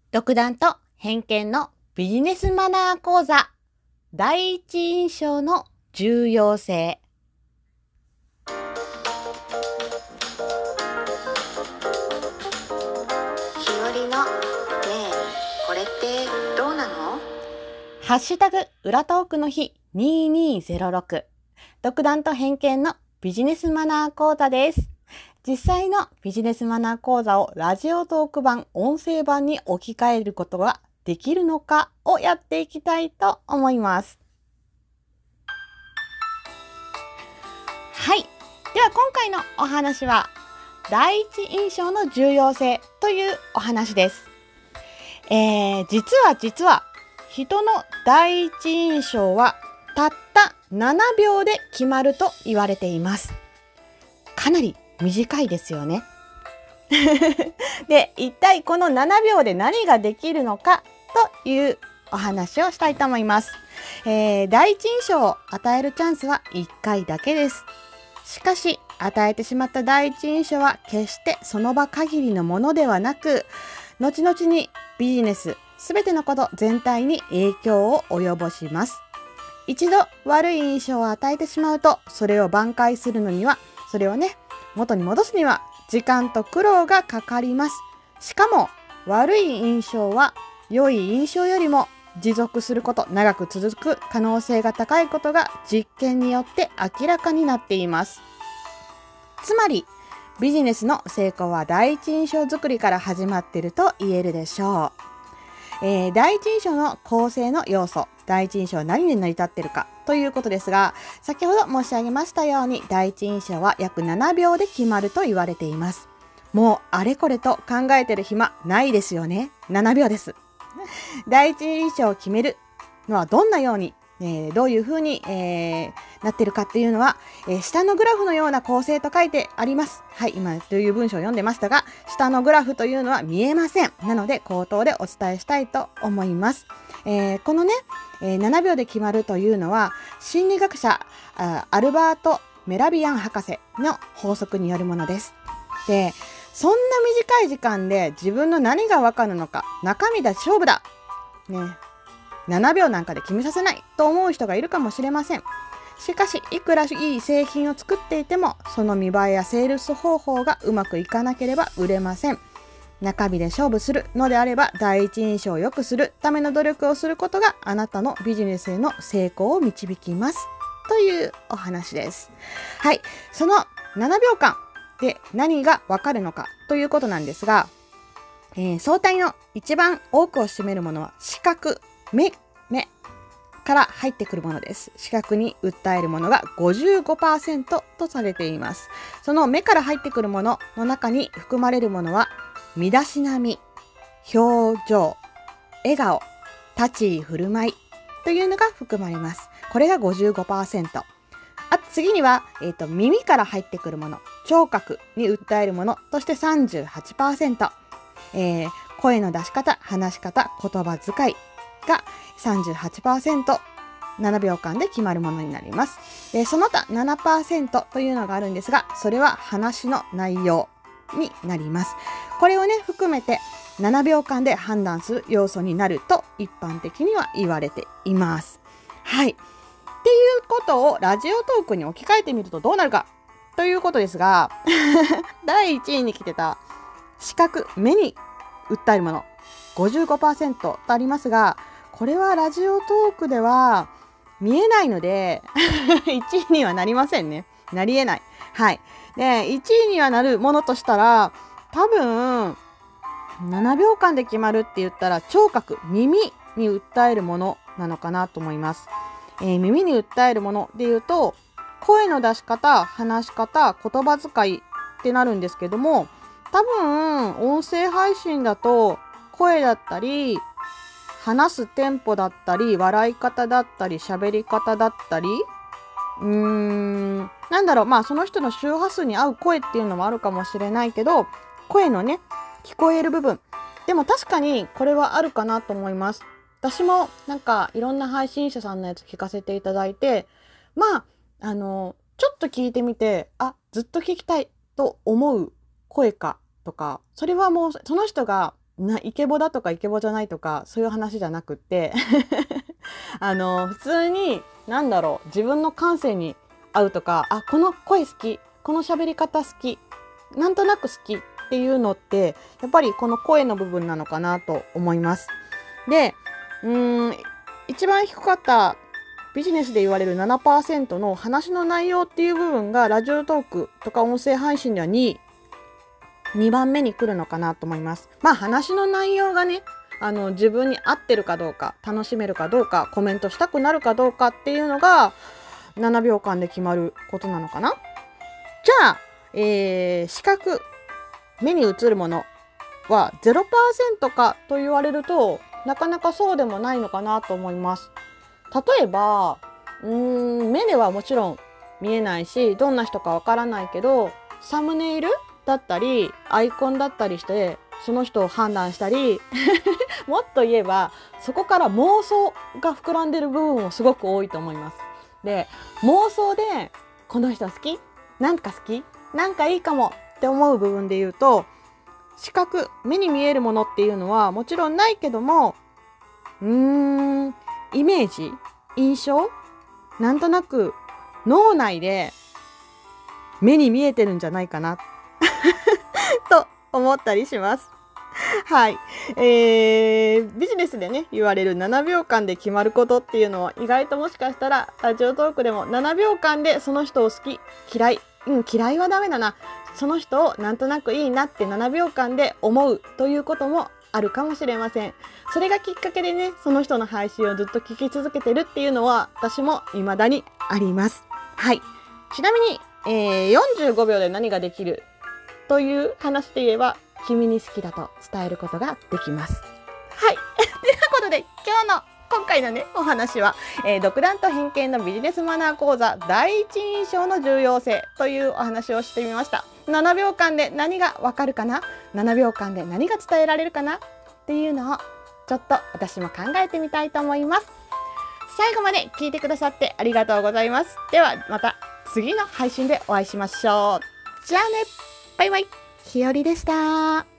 独断と偏見のビジネスマナー講座、第一印象の重要性。 日和のねえ、これってどうなの？ ハッシュタグ裏トークの日2206、独断と偏見のビジネスマナー講座です。実際のビジネスマナー講座をラジオトーク版、音声版に置き換えることができるのかをやっていきたいと思います。はい。では今回のお話は、第一印象の重要性というお話です。実は、人の第一印象はたった7秒で決まると言われています。かなり短いですよね。で、一体この7秒で何ができるのかというお話をしたいと思います。第一印象を与えるチャンスは1回だけです。しかし、与えてしまった第一印象は決してその場限りのものではなく、後々にビジネス、すべてのこと全体に影響を及ぼします。一度悪い印象を与えてしまうと、それを挽回するのには、それを元に戻すには時間と苦労がかかります。しかも悪い印象は良い印象よりも持続すること、長く続く可能性が高いことが実験によって明らかになっています。つまりビジネスの成功は第一印象作りから始まっていると言えるでしょう。第一印象の構成の要素、第一印象は何に成り立っているかということですが、先ほど申し上げましたように第一印象は約7秒で決まると言われています。もうあれこれと考えてる暇ないですよね。7秒です。第一印象を決めるのはどんなように、どういうふうに、なっているかっていうのは、下のグラフのような構成と書いてあります。はい、今という文章を読んでましたが、下のグラフというのは見えません。なので口頭でお伝えしたいと思います。この7秒で決まるというのは心理学者アルバート・メラビアン博士の法則によるものです。で、そんな短い時間で自分の何がわかるのか、中身だ勝負だ、7秒なんかで決めさせないと思う人がいるかもしれません。しかし、いくらいい製品を作っていても、その見栄えやセールス方法がうまくいかなければ売れません。中身で勝負するのであれば、第一印象を良くするための努力をすることがあなたのビジネスへの成功を導きます。というお話です。はい。その7秒間で何がわかるのかということなんですが、相対の一番多くを占めるものは視覚、目から入ってくるものです。視覚に訴えるものが 55% とされています。その目から入ってくるものの中に含まれるものは、身だしなみ、表情、笑顔、立ち居振る舞いというのが含まれます。これが 55%。次には、耳から入ってくるもの、聴覚に訴えるものとして 38%。声の出し方、話し方、言葉遣いが 38%、7秒間で決まるものになります。その他 7% というのがあるんですが、それは話の内容になります。これを含めて7秒間で判断する要素になると一般的には言われています。はい。っていうことをラジオトークに置き換えてみるとどうなるかということですが、第1位に来てた視覚、目に訴えるもの 55% とありますが、これはラジオトークでは見えないので1位にはなりませんね。なり得ない。はい。で、1位にはなるものとしたら、多分7秒間で決まるって言ったら聴覚、耳に訴えるものなのかなと思います。耳に訴えるもので言うと、声の出し方、話し方、言葉遣いってなるんですけども、多分音声配信だと声だったり話すテンポだったり笑い方だったり喋り方だったり、その人の周波数に合う声っていうのもあるかもしれないけど、声の聞こえる部分でも確かにこれはあるかなと思います。私もいろんな配信者さんのやつ聞かせていただいて、ちょっと聞いてみて、ずっと聞きたいと思う声かとか、それはもうその人がイケボだとかイケボじゃないとかそういう話じゃなくって普通に自分の感性に合うとか、この声好き、この喋り方好き、なんとなく好きっていうのってやっぱりこの声の部分なのかなと思います。で、一番低かったビジネスで言われる 7% の話の内容っていう部分がラジオトークとか音声配信では2番目に来るのかなと思います。話の内容がね、自分に合ってるかどうか、楽しめるかどうか、コメントしたくなるかどうかっていうのが7秒間で決まることなのかな。じゃあ、視覚、目に映るものは 0% かと言われるとなかなかそうでもないのかなと思います。例えば目ではもちろん見えないし、どんな人かわからないけど、サムネイルだったりアイコンだったりしてその人を判断したりもっと言えばそこから妄想が膨らんでる部分もすごく多いと思います。で、妄想でこの人好き、なんか好き、なんかいいかもって思う部分で言うと、視覚、目に見えるものっていうのはもちろんないけども、イメージ、印象、なんとなく脳内で目に見えてるんじゃないかなと思ったりします。はい、ビジネスでね言われる7秒間で決まることっていうのは意外ともしかしたらラジオトークでも7秒間でその人を好き、嫌い、嫌いはダメだな、その人をなんとなくいいなって7秒間で思うということもあるかもしれません。それがきっかけでね、その人の配信をずっと聞き続けてるっていうのは私も未だにあります。はい。ちなみに、45秒で何ができるという話で言えば、君に好きだと伝えることができます。はい。ということで今回のねお話は、独断と偏見のビジネスマナー講座第一印象の重要性というお話をしてみました。7秒間で何がわかるかな、7秒間で何が伝えられるかなっていうのをちょっと私も考えてみたいと思います。最後まで聞いてくださってありがとうございます。ではまた次の配信でお会いしましょう。じゃあね、バイバイ。ひよりでした。